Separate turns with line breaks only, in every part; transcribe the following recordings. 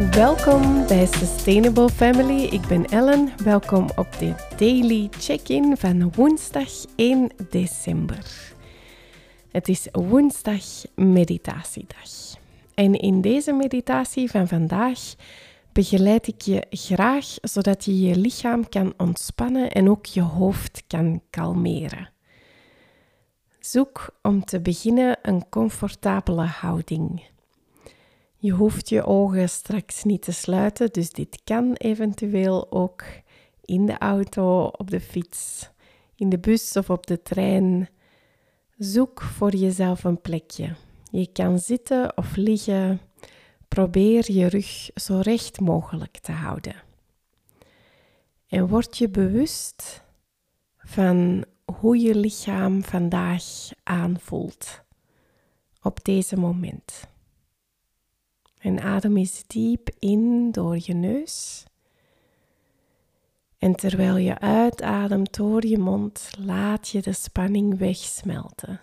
Welkom bij Sustainable Family. Ik ben Ellen. Welkom op de Daily Check-in van woensdag 1 december. Het is woensdag meditatiedag. En in deze meditatie van vandaag begeleid ik je graag zodat je je lichaam kan ontspannen en ook je hoofd kan kalmeren. Zoek om te beginnen een comfortabele houding. Je hoeft je ogen straks niet te sluiten, dus dit kan eventueel ook in de auto, op de fiets, in de bus of op de trein. Zoek voor jezelf een plekje. Je kan zitten of liggen. Probeer je rug zo recht mogelijk te houden. En word je bewust van hoe je lichaam vandaag aanvoelt op deze moment. En adem eens diep in door je neus. En terwijl je uitademt door je mond, laat je de spanning wegsmelten.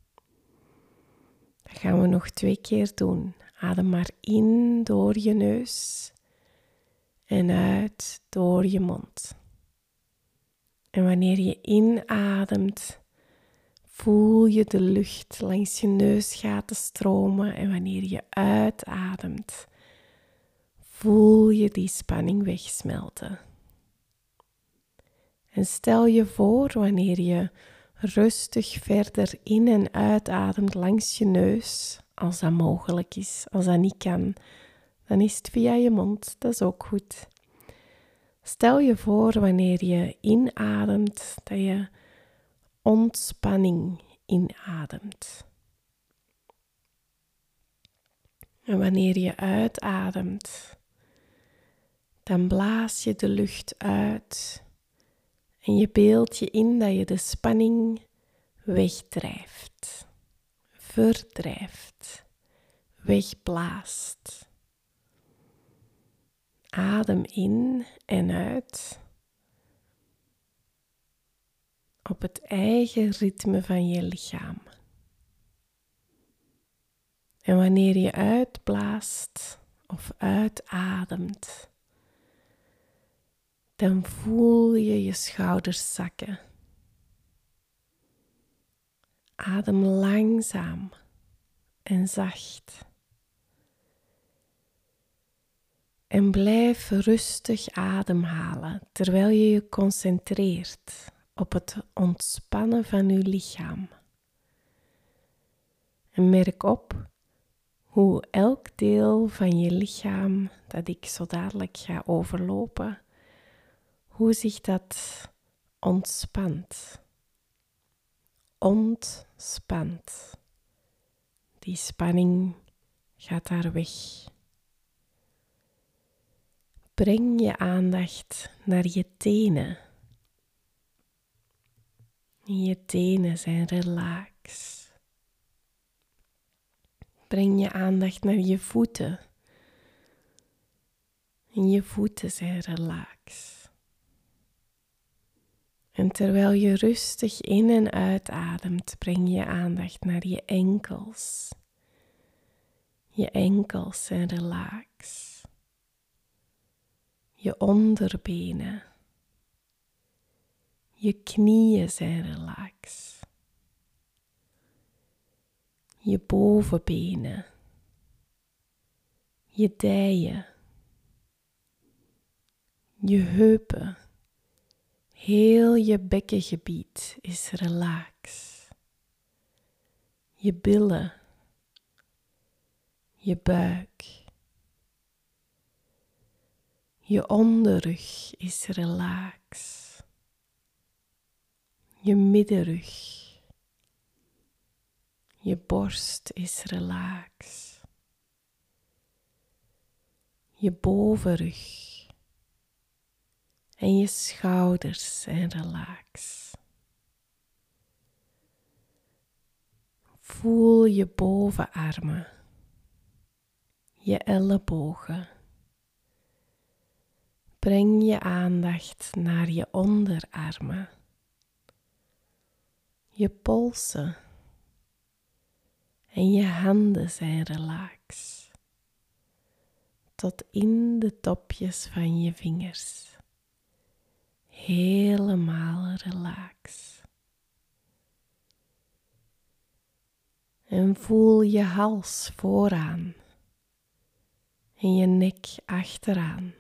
Dat gaan we nog 2 keer doen. Adem maar in door je neus en uit door je mond. En wanneer je inademt, voel je de lucht langs je neusgaten stromen. En wanneer je uitademt, voel je die spanning wegsmelten. En stel je voor wanneer je rustig verder in- en uitademt langs je neus, als dat mogelijk is. Als dat niet kan, dan is het via je mond, dat is ook goed. Stel je voor wanneer je inademt, dat je ontspanning inademt. En wanneer je uitademt, dan blaas je de lucht uit en je beeldt je in dat je de spanning wegdrijft, verdrijft, wegblaast. Adem in en uit op het eigen ritme van je lichaam. En wanneer je uitblaast of uitademt, dan voel je je schouders zakken. Adem langzaam en zacht. En blijf rustig ademhalen terwijl je je concentreert op het ontspannen van je lichaam. En merk op hoe elk deel van je lichaam dat ik zo dadelijk ga overlopen, hoe zich dat ontspant. Ontspant. Die spanning gaat daar weg. Breng je aandacht naar je tenen. Je tenen zijn relax. Breng je aandacht naar je voeten. En je voeten zijn relax. En terwijl je rustig in- en uitademt, breng je aandacht naar je enkels. Je enkels zijn relax. Je onderbenen. Je knieën zijn relax. Je bovenbenen. Je dijen. Je heupen. Heel je bekkengebied is relax. Je billen. Je buik. Je onderrug is relax. Je middenrug. Je borst is relax. Je bovenrug. En je schouders zijn relax. Voel je bovenarmen. Je ellebogen. Breng je aandacht naar je onderarmen. Je polsen. En je handen zijn relax. tot in de topjes van je vingers. Helemaal relax. En voel je hals vooraan en je nek achteraan.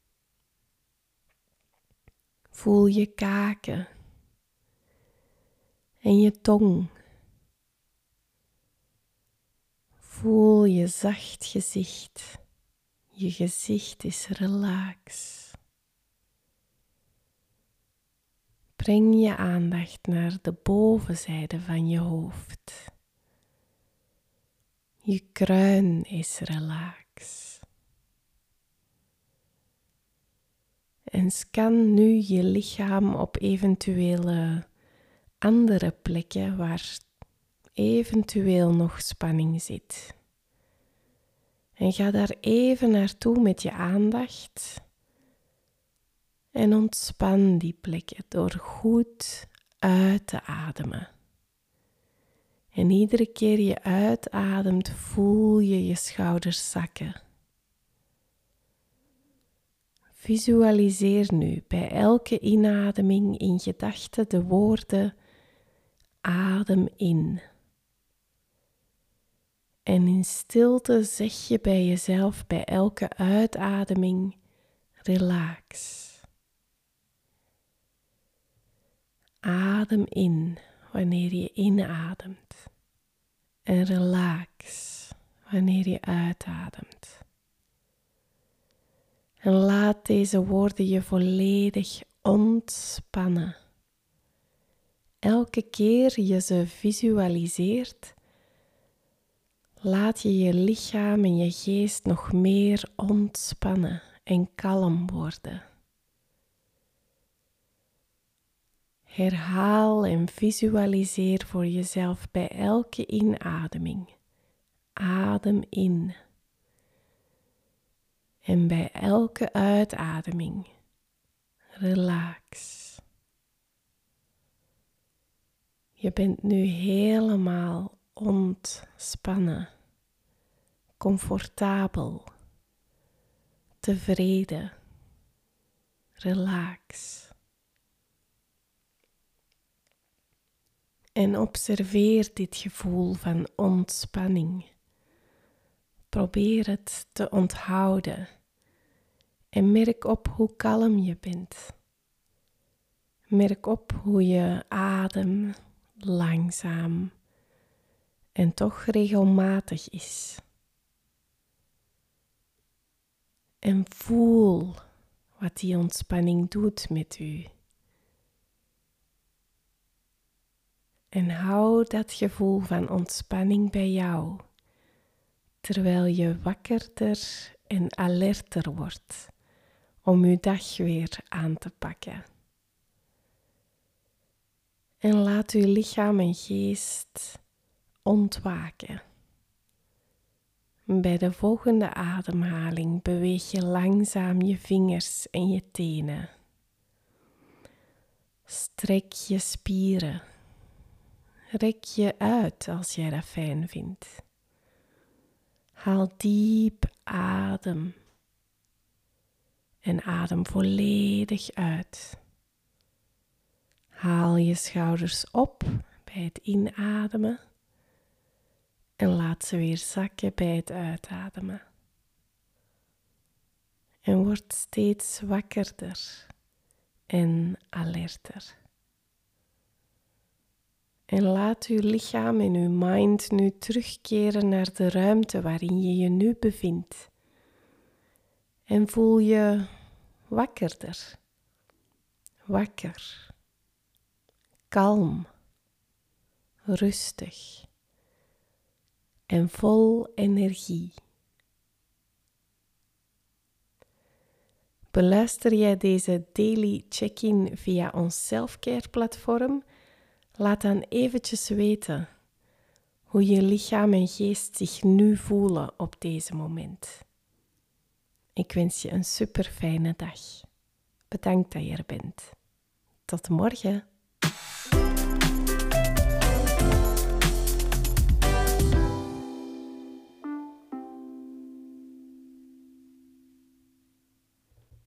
Voel je kaken en je tong. Voel je zacht gezicht. Je gezicht is relax. Breng je aandacht naar de bovenzijde van je hoofd. Je kruin is relax. En scan nu je lichaam op eventuele andere plekken waar eventueel nog spanning zit. En ga daar even naartoe met je aandacht. En ontspan die plekken door goed uit te ademen. En iedere keer je uitademt, voel je je schouders zakken. Visualiseer nu bij elke inademing in gedachten de woorden adem in. En in stilte zeg je bij jezelf bij elke uitademing relax. Adem in wanneer je inademt. En relax wanneer je uitademt. En laat deze woorden je volledig ontspannen. Elke keer je ze visualiseert, laat je je lichaam en je geest nog meer ontspannen en kalm worden. Herhaal en visualiseer voor jezelf bij elke inademing. Adem in. En bij elke uitademing. Relax. Je bent nu helemaal ontspannen. Comfortabel. Tevreden. Relax. En observeer dit gevoel van ontspanning. Probeer het te onthouden. En merk op hoe kalm je bent. Merk op hoe je adem langzaam en toch regelmatig is. En voel wat die ontspanning doet met u. En hou dat gevoel van ontspanning bij jou, terwijl je wakkerder en alerter wordt om je dag weer aan te pakken. En laat uw lichaam en geest ontwaken. Bij de volgende ademhaling beweeg je langzaam je vingers en je tenen. Strek je spieren. Rek je uit als jij dat fijn vindt. Haal diep adem. En adem volledig uit. Haal je schouders op bij het inademen. En laat ze weer zakken bij het uitademen. En word steeds wakkerder en alerter. En laat uw lichaam en uw mind nu terugkeren naar de ruimte waarin je je nu bevindt. En voel je wakkerder, wakker, kalm, rustig en vol energie. Beluister jij deze daily check-in via ons selfcare platform? Laat dan eventjes weten hoe je lichaam en geest zich nu voelen op deze moment. Ik wens je een super fijne dag. Bedankt dat je er bent. Tot morgen.